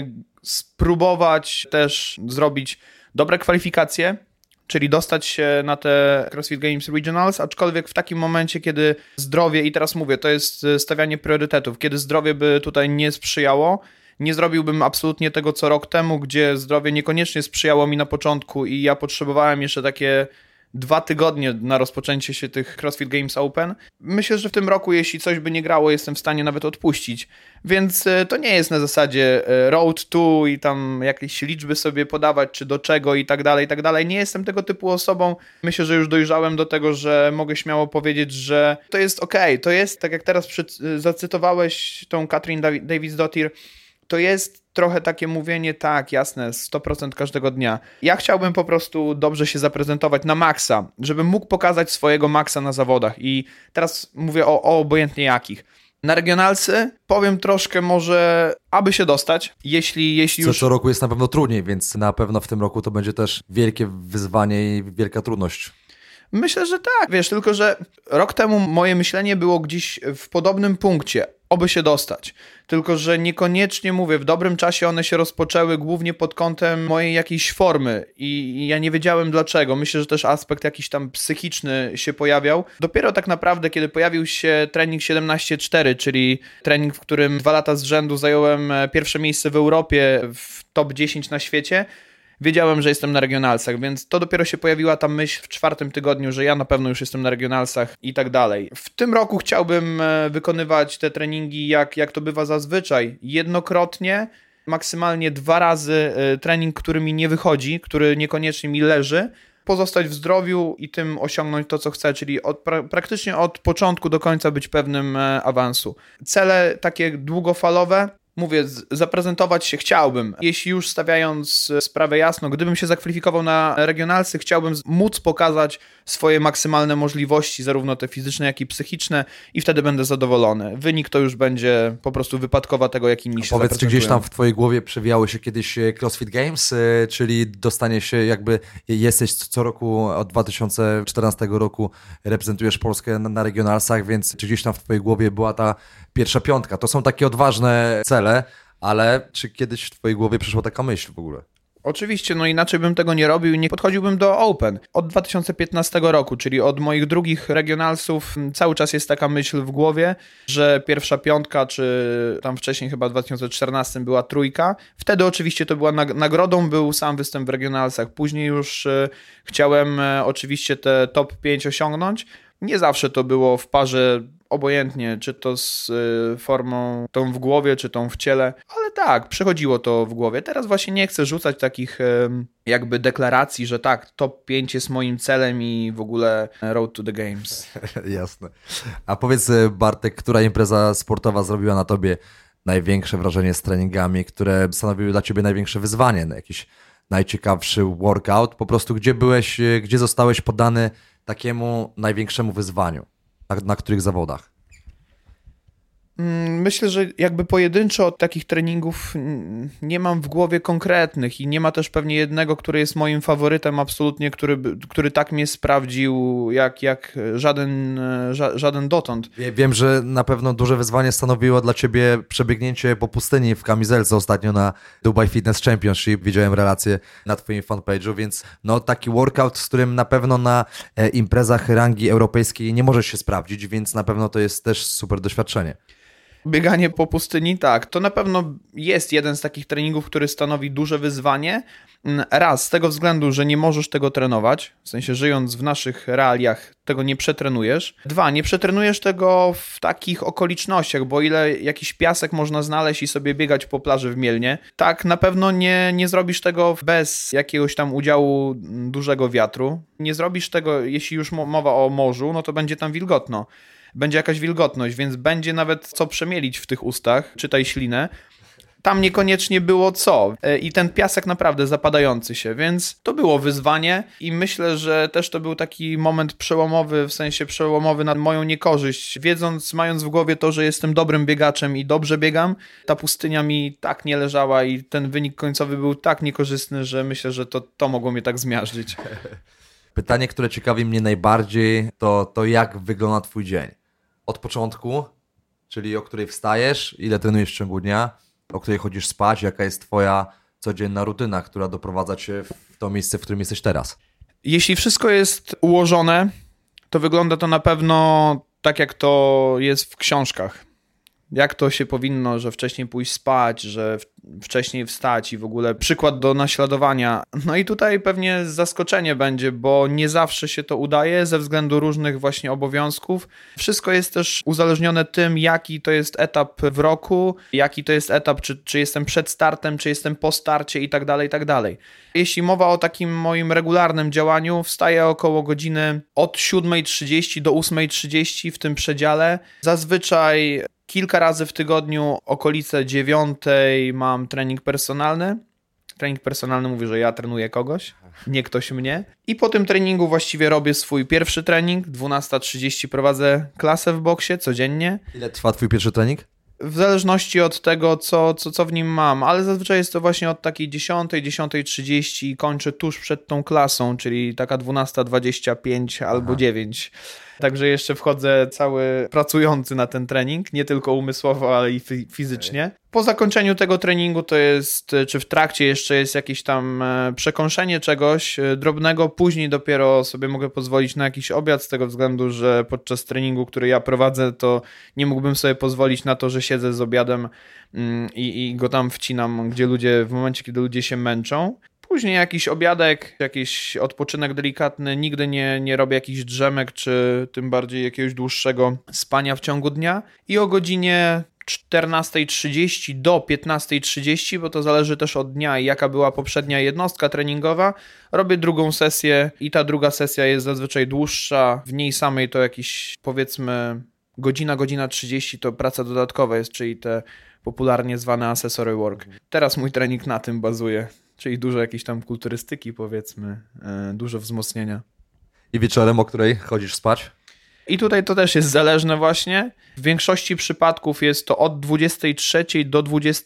spróbować też zrobić dobre kwalifikacje, czyli dostać się na te CrossFit Games Regionals, aczkolwiek w takim momencie, kiedy zdrowie, i teraz mówię, to jest stawianie priorytetów, kiedy zdrowie by tutaj nie sprzyjało, nie zrobiłbym absolutnie tego co rok temu, gdzie zdrowie niekoniecznie sprzyjało mi na początku i ja potrzebowałem jeszcze takie 2 tygodnie na rozpoczęcie się tych CrossFit Games Open. Myślę, że w tym roku, jeśli coś by nie grało, jestem w stanie nawet odpuścić. Więc to nie jest na zasadzie road to i tam jakieś liczby sobie podawać, czy do czego i tak dalej, i tak dalej. Nie jestem tego typu osobą. Myślę, że już dojrzałem do tego, że mogę śmiało powiedzieć, że to jest okej. To jest, tak jak teraz zacytowałeś tą Katrin Davidsdottir, to jest trochę takie mówienie, tak, jasne, 100% każdego dnia. Ja chciałbym po prostu dobrze się zaprezentować na maksa, żebym mógł pokazać swojego maksa na zawodach i teraz mówię o obojętnie jakich. Na regionalcy powiem troszkę może, aby się dostać, jeśli już... Co roku jest na pewno trudniej, więc na pewno w tym roku to będzie też wielkie wyzwanie i wielka trudność. Myślę, że tak, wiesz, tylko że rok temu moje myślenie było gdzieś w podobnym punkcie, oby się dostać. Tylko że niekoniecznie, mówię, w dobrym czasie one się rozpoczęły głównie pod kątem mojej jakiejś formy i ja nie wiedziałem dlaczego. Myślę, że też aspekt jakiś tam psychiczny się pojawiał. Dopiero tak naprawdę, kiedy pojawił się trening 17.4, czyli trening, w którym 2 lata z rzędu zająłem pierwsze miejsce w Europie, w top 10 na świecie, wiedziałem, że jestem na regionalsach, więc to dopiero się pojawiła ta myśl w 4. tygodniu, że ja na pewno już jestem na regionalsach i tak dalej. W tym roku chciałbym wykonywać te treningi, jak to bywa zazwyczaj, jednokrotnie, maksymalnie 2 razy trening, który mi nie wychodzi, który niekoniecznie mi leży, pozostać w zdrowiu i tym osiągnąć to, co chcę, czyli praktycznie od początku do końca być pewnym awansu. Cele takie długofalowe, mówię, zaprezentować się chciałbym. Jeśli już stawiając sprawę jasno, gdybym się zakwalifikował na regionalsy, chciałbym móc pokazać swoje maksymalne możliwości, zarówno te fizyczne, jak i psychiczne i wtedy będę zadowolony. Wynik to już będzie po prostu wypadkowa tego, jakim mi się Powiedz, czy gdzieś tam w twojej głowie przewijały się kiedyś CrossFit Games, czyli dostanie się jakby, jesteś co roku od 2014 roku, reprezentujesz Polskę na regionalsach, więc czy gdzieś tam w twojej głowie była ta pierwsza 5? To są takie odważne cele, ale czy kiedyś w twojej głowie przyszła taka myśl w ogóle? Oczywiście, no inaczej bym tego nie robił i nie podchodziłbym do Open. Od 2015 roku, czyli od moich drugich regionalsów, cały czas jest taka myśl w głowie, że pierwsza 5, czy tam wcześniej chyba w 2014 była 3. Wtedy oczywiście to była nagrodą, był sam występ w regionalsach. Później już chciałem oczywiście te top 5 osiągnąć. Nie zawsze to było w parze, obojętnie, czy to z formą tą w głowie, czy tą w ciele, ale tak, przechodziło to w głowie. Teraz właśnie nie chcę rzucać takich jakby deklaracji, że tak, top 5 jest moim celem i w ogóle road to the games. Jasne. A powiedz, Bartek, która impreza sportowa zrobiła na tobie największe wrażenie z treningami, które stanowiły dla ciebie największe wyzwanie, jakiś najciekawszy workout, po prostu gdzie byłeś, gdzie zostałeś poddany takiemu największemu wyzwaniu? Na których zawodach? Myślę, że jakby pojedynczo od takich treningów nie mam w głowie konkretnych i nie ma też pewnie jednego, który jest moim faworytem absolutnie, który tak mnie sprawdził jak żaden dotąd. Wiem, że na pewno duże wyzwanie stanowiło dla ciebie przebiegnięcie po pustyni w kamizelce ostatnio na Dubai Fitness Championship. Widziałem relację na twoim fanpage'u, więc no taki workout, z którym na pewno na imprezach rangi europejskiej nie możesz się sprawdzić, więc na pewno to jest też super doświadczenie. Bieganie po pustyni, tak, to na pewno jest jeden z takich treningów, który stanowi duże wyzwanie. Raz, z tego względu, że nie możesz tego trenować, w sensie żyjąc w naszych realiach tego nie przetrenujesz. 2, nie przetrenujesz tego w takich okolicznościach, bo ile jakiś piasek można znaleźć i sobie biegać po plaży w Mielnie, tak na pewno nie zrobisz tego bez jakiegoś tam udziału dużego wiatru. Nie zrobisz tego, jeśli już mowa o morzu, no to będzie tam wilgotno. Będzie jakaś wilgotność, więc będzie nawet co przemielić w tych ustach, czytaj ślinę. Tam niekoniecznie było co. I ten piasek naprawdę zapadający się, więc to było wyzwanie i myślę, że też to był taki moment przełomowy, w sensie przełomowy na moją niekorzyść. Mając w głowie to, że jestem dobrym biegaczem i dobrze biegam, ta pustynia mi tak nie leżała i ten wynik końcowy był tak niekorzystny, że myślę, że to mogło mnie tak zmiażdżyć. Pytanie, które ciekawi mnie najbardziej, to jak wygląda twój dzień? Od początku, czyli o której wstajesz, ile trenujesz w ciągu dnia, o której chodzisz spać, jaka jest twoja codzienna rutyna, która doprowadza cię w to miejsce, w którym jesteś teraz? Jeśli wszystko jest ułożone, to wygląda to na pewno tak, jak to jest w książkach. Jak to się powinno, że wcześniej pójść spać, że wcześniej wstać i w ogóle przykład do naśladowania. No i tutaj pewnie zaskoczenie będzie, bo nie zawsze się to udaje ze względu różnych właśnie obowiązków. Wszystko jest też uzależnione tym, jaki to jest etap w roku, jaki to jest etap, czy jestem przed startem, czy jestem po starcie i tak dalej, i tak dalej. Jeśli mowa o takim moim regularnym działaniu, wstaję około godziny od 7:30 do 8:30 w tym przedziale. Zazwyczaj kilka razy w tygodniu, okolice 9:00 mam trening personalny. Trening personalny mówi, że ja trenuję kogoś, nie ktoś mnie. I po tym treningu właściwie robię swój pierwszy trening. 12:30 prowadzę klasę w boksie codziennie. Ile trwa twój pierwszy trening? W zależności od tego, co w nim mam, ale zazwyczaj jest to właśnie od takiej 10:00, 10:30 i kończę tuż przed tą klasą, czyli taka 12:25 albo 9. Także jeszcze wchodzę cały pracujący na ten trening, nie tylko umysłowo, ale i fizycznie. Po zakończeniu tego treningu to jest, czy w trakcie jeszcze jest jakieś tam przekąszenie czegoś drobnego, później dopiero sobie mogę pozwolić na jakiś obiad z tego względu, że podczas treningu, który ja prowadzę, to nie mógłbym sobie pozwolić na to, że siedzę z obiadem i go tam wcinam, w momencie, kiedy ludzie się męczą. Później jakiś obiadek, jakiś odpoczynek delikatny, nigdy nie robię jakichś drzemek, czy tym bardziej jakiegoś dłuższego spania w ciągu dnia. I o godzinie 14:30 do 15:30, bo to zależy też od dnia i jaka była poprzednia jednostka treningowa, robię drugą sesję i ta druga sesja jest zazwyczaj dłuższa. W niej samej to jakieś, powiedzmy, godzina 30 to praca dodatkowa jest, czyli te popularnie zwane accessory work. Teraz mój trening na tym bazuje. Czyli dużo jakiejś tam kulturystyki, powiedzmy, dużo wzmocnienia. I wieczorem, o której chodzisz spać? I tutaj to też jest zależne właśnie. W większości przypadków jest to od 23 do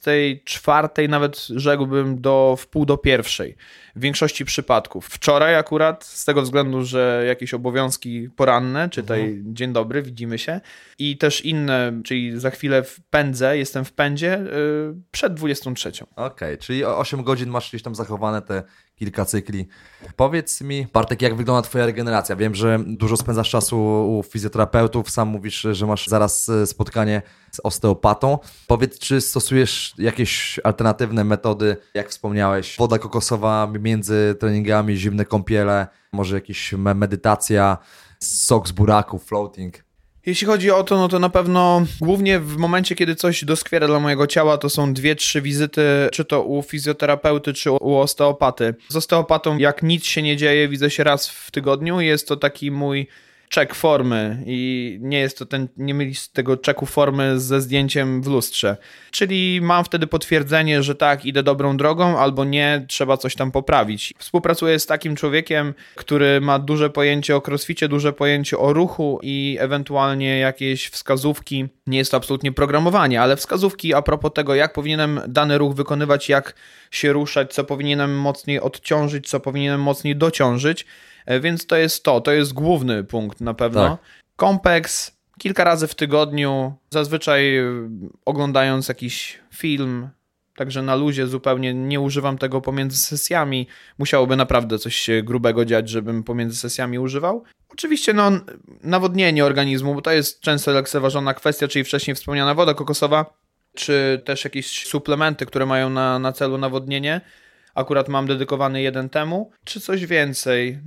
24, nawet rzekłbym do wpół do pierwszej. W większości przypadków. Wczoraj akurat, z tego względu, że jakieś obowiązki poranne, czytaj dzień dobry, widzimy się. I też inne, czyli za chwilę jestem w pędzie przed 23. Okej, czyli 8 godzin masz gdzieś tam zachowane te kilka cykli. Powiedz mi, Bartek, jak wygląda twoja regeneracja? Wiem, że dużo spędzasz czasu u fizjoterapeutów, sam mówisz, że masz zaraz spotkanie z osteopatą. Powiedz, czy stosujesz jakieś alternatywne metody, jak wspomniałeś, woda kokosowa między treningami, zimne kąpiele, może jakaś medytacja, sok z buraków, floating? Jeśli chodzi o to, no to na pewno głównie w momencie, kiedy coś doskwiera dla mojego ciała, to są 2-3 wizyty, czy to u fizjoterapeuty, czy u osteopaty. Z osteopatą, jak nic się nie dzieje, widzę się raz w tygodniu, jest to taki mój check formy i nie jest to nie mylić tego checku formy ze zdjęciem w lustrze. Czyli mam wtedy potwierdzenie, że tak, idę dobrą drogą, albo nie, trzeba coś tam poprawić. Współpracuję z takim człowiekiem, który ma duże pojęcie o crossficie, duże pojęcie o ruchu i ewentualnie jakieś wskazówki. Nie jest to absolutnie programowanie, ale wskazówki a propos tego, jak powinienem dany ruch wykonywać, jak się ruszać, co powinienem mocniej odciążyć, co powinienem mocniej dociążyć. Więc to jest główny punkt na pewno. Tak. Kompleks kilka razy w tygodniu, zazwyczaj oglądając jakiś film, także na luzie zupełnie nie używam tego pomiędzy sesjami. Musiałoby naprawdę coś grubego dziać, żebym pomiędzy sesjami używał. Oczywiście nawodnienie organizmu, bo to jest często lekceważona kwestia, czyli wcześniej wspomniana woda kokosowa, czy też jakieś suplementy, które mają na celu nawodnienie. Akurat mam dedykowany jeden temu. Czy coś więcej?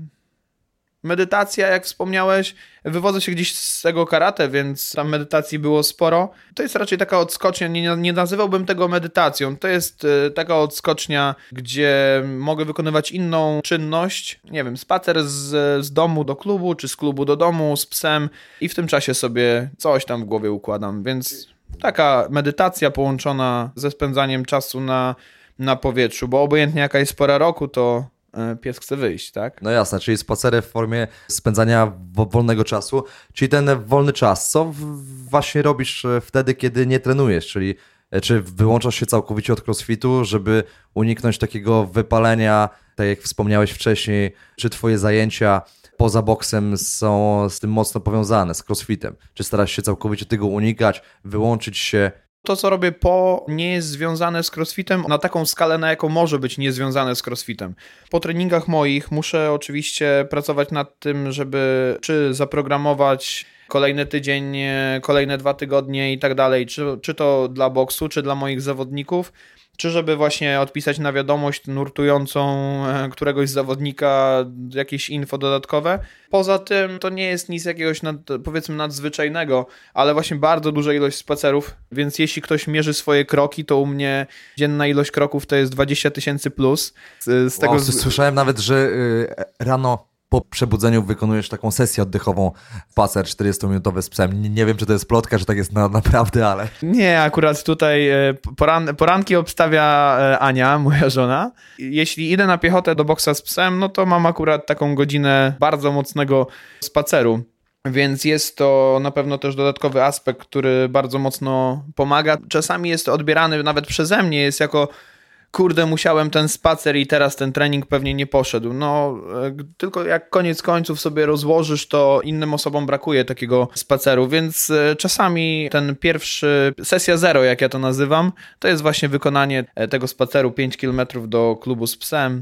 Medytacja, jak wspomniałeś, wywodzę się gdzieś z tego karate, więc tam medytacji było sporo. To jest raczej taka odskocznia, nie nazywałbym tego medytacją. To jest taka odskocznia, gdzie mogę wykonywać inną czynność. Nie wiem, spacer z domu do klubu, czy z klubu do domu z psem i w tym czasie sobie coś tam w głowie układam. Więc taka medytacja połączona ze spędzaniem czasu na powietrzu, bo obojętnie jaka jest pora roku, to pies chce wyjść, tak? No jasne, czyli spacery w formie spędzania wolnego czasu, czyli ten wolny czas, co właśnie robisz wtedy, kiedy nie trenujesz, czyli czy wyłączasz się całkowicie od crossfitu, żeby uniknąć takiego wypalenia, tak jak wspomniałeś wcześniej, czy twoje zajęcia poza boksem są z tym mocno powiązane, z crossfitem, czy starasz się całkowicie tego unikać, wyłączyć się? To, co robię nie jest związane z crossfitem na taką skalę, na jaką może być niezwiązane z crossfitem. Po treningach moich muszę oczywiście pracować nad tym, żeby czy zaprogramować kolejny tydzień, kolejne 2 tygodnie i tak dalej, czy to dla boksu, czy dla moich zawodników, czy żeby właśnie odpisać na wiadomość nurtującą któregoś zawodnika jakieś info dodatkowe. Poza tym to nie jest nic jakiegoś powiedzmy nadzwyczajnego, ale właśnie bardzo duża ilość spacerów, więc jeśli ktoś mierzy swoje kroki, to u mnie dzienna ilość kroków to jest 20 000 plus. Słyszałem nawet, że rano po przebudzeniu wykonujesz taką sesję oddechową, spacer 40-minutowy z psem. Nie wiem, czy to jest plotka, że tak jest naprawdę, ale... Nie, akurat tutaj poranki obstawia Ania, moja żona. Jeśli idę na piechotę do boksa z psem, no to mam akurat taką godzinę bardzo mocnego spaceru. Więc jest to na pewno też dodatkowy aspekt, który bardzo mocno pomaga. Czasami jest to odbierany nawet przeze mnie, jest jako... Kurde, musiałem ten spacer i teraz ten trening pewnie nie poszedł. No, tylko jak koniec końców sobie rozłożysz, to innym osobom brakuje takiego spaceru, więc czasami ten pierwszy, sesja 0, jak ja to nazywam, to jest właśnie wykonanie tego spaceru 5 km do klubu z psem.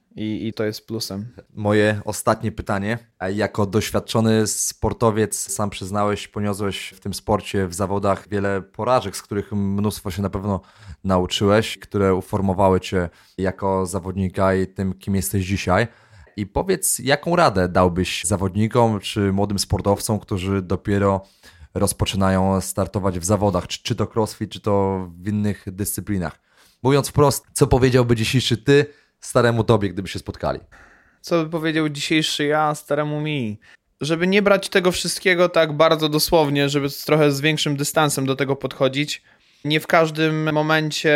I to jest plusem. Moje ostatnie pytanie. Jako doświadczony sportowiec, sam przyznałeś, poniosłeś w tym sporcie, w zawodach wiele porażek, z których mnóstwo się na pewno nauczyłeś, które uformowały cię jako zawodnika i tym, kim jesteś dzisiaj. I powiedz, jaką radę dałbyś zawodnikom czy młodym sportowcom, którzy dopiero rozpoczynają startować w zawodach, czy to crossfit, czy to w innych dyscyplinach? Mówiąc wprost, co powiedziałby dzisiejszy ty staremu tobie, gdyby się spotkali? Co by powiedział dzisiejszy ja staremu mi? Żeby nie brać tego wszystkiego tak bardzo dosłownie, żeby trochę z większym dystansem do tego podchodzić. Nie w każdym momencie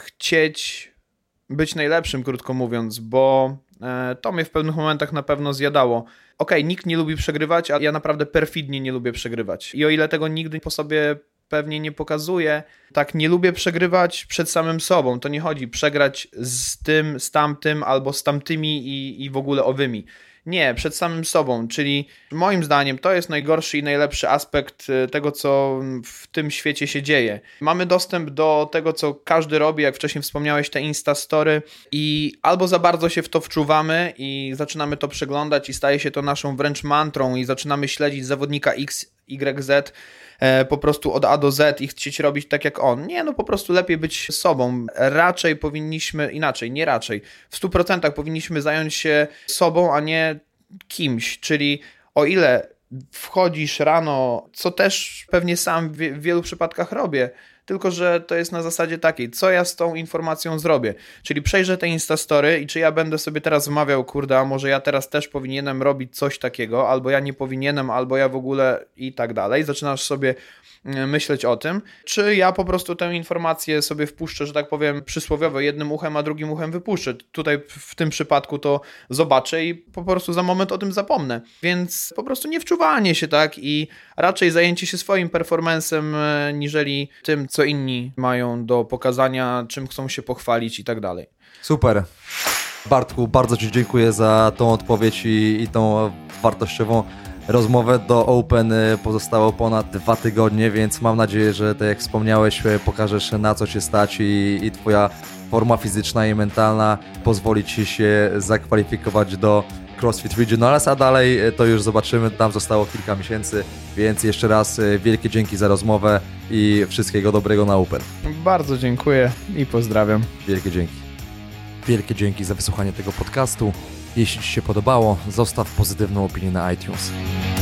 chcieć być najlepszym, krótko mówiąc, bo to mnie w pewnych momentach na pewno zjadało. Okej, nikt nie lubi przegrywać, ale ja naprawdę perfidnie nie lubię przegrywać. I o ile tego nigdy po sobie pewnie nie pokazuję, tak nie lubię przegrywać przed samym sobą. To nie chodzi przegrać z tym, z tamtym albo z tamtymi i w ogóle owymi. Nie, przed samym sobą, czyli moim zdaniem to jest najgorszy i najlepszy aspekt tego, co w tym świecie się dzieje. Mamy dostęp do tego, co każdy robi, jak wcześniej wspomniałeś, te Instastory i albo za bardzo się w to wczuwamy i zaczynamy to przeglądać i staje się to naszą wręcz mantrą i zaczynamy śledzić zawodnika X, Y, Z po prostu od A do Z i chcieć robić tak jak on. Nie, no po prostu lepiej być sobą. Raczej powinniśmy, inaczej, nie raczej, w 100% powinniśmy zająć się sobą, a nie kimś, czyli o ile wchodzisz rano, co też pewnie sam w wielu przypadkach robię, tylko że to jest na zasadzie takiej, co ja z tą informacją zrobię, czyli przejrzę te Instastory i czy ja będę sobie teraz wmawiał, kurde, a może ja teraz też powinienem robić coś takiego, albo ja nie powinienem, albo ja w ogóle i tak dalej, zaczynasz sobie myśleć o tym, czy ja po prostu tę informację sobie wpuszczę, że tak powiem przysłowiowo, jednym uchem, a drugim uchem wypuszczę. Tutaj w tym przypadku to zobaczę i po prostu za moment o tym zapomnę. Więc po prostu nie wczuwanie się, tak, i raczej zajęcie się swoim performancem, niżeli tym, co inni mają do pokazania, czym chcą się pochwalić i tak dalej. Super. Bartku, bardzo ci dziękuję za tą odpowiedź i tą wartościową rozmowę. Do Open pozostało ponad 2 tygodnie, więc mam nadzieję, że tak jak wspomniałeś, pokażesz, na co cię stać i twoja forma fizyczna i mentalna pozwoli ci się zakwalifikować do CrossFit Regionals, a dalej to już zobaczymy, tam zostało kilka miesięcy, więc jeszcze raz wielkie dzięki za rozmowę i wszystkiego dobrego na Open. Bardzo dziękuję i pozdrawiam. Wielkie dzięki. Wielkie dzięki za wysłuchanie tego podcastu. Jeśli ci się podobało, zostaw pozytywną opinię na iTunes.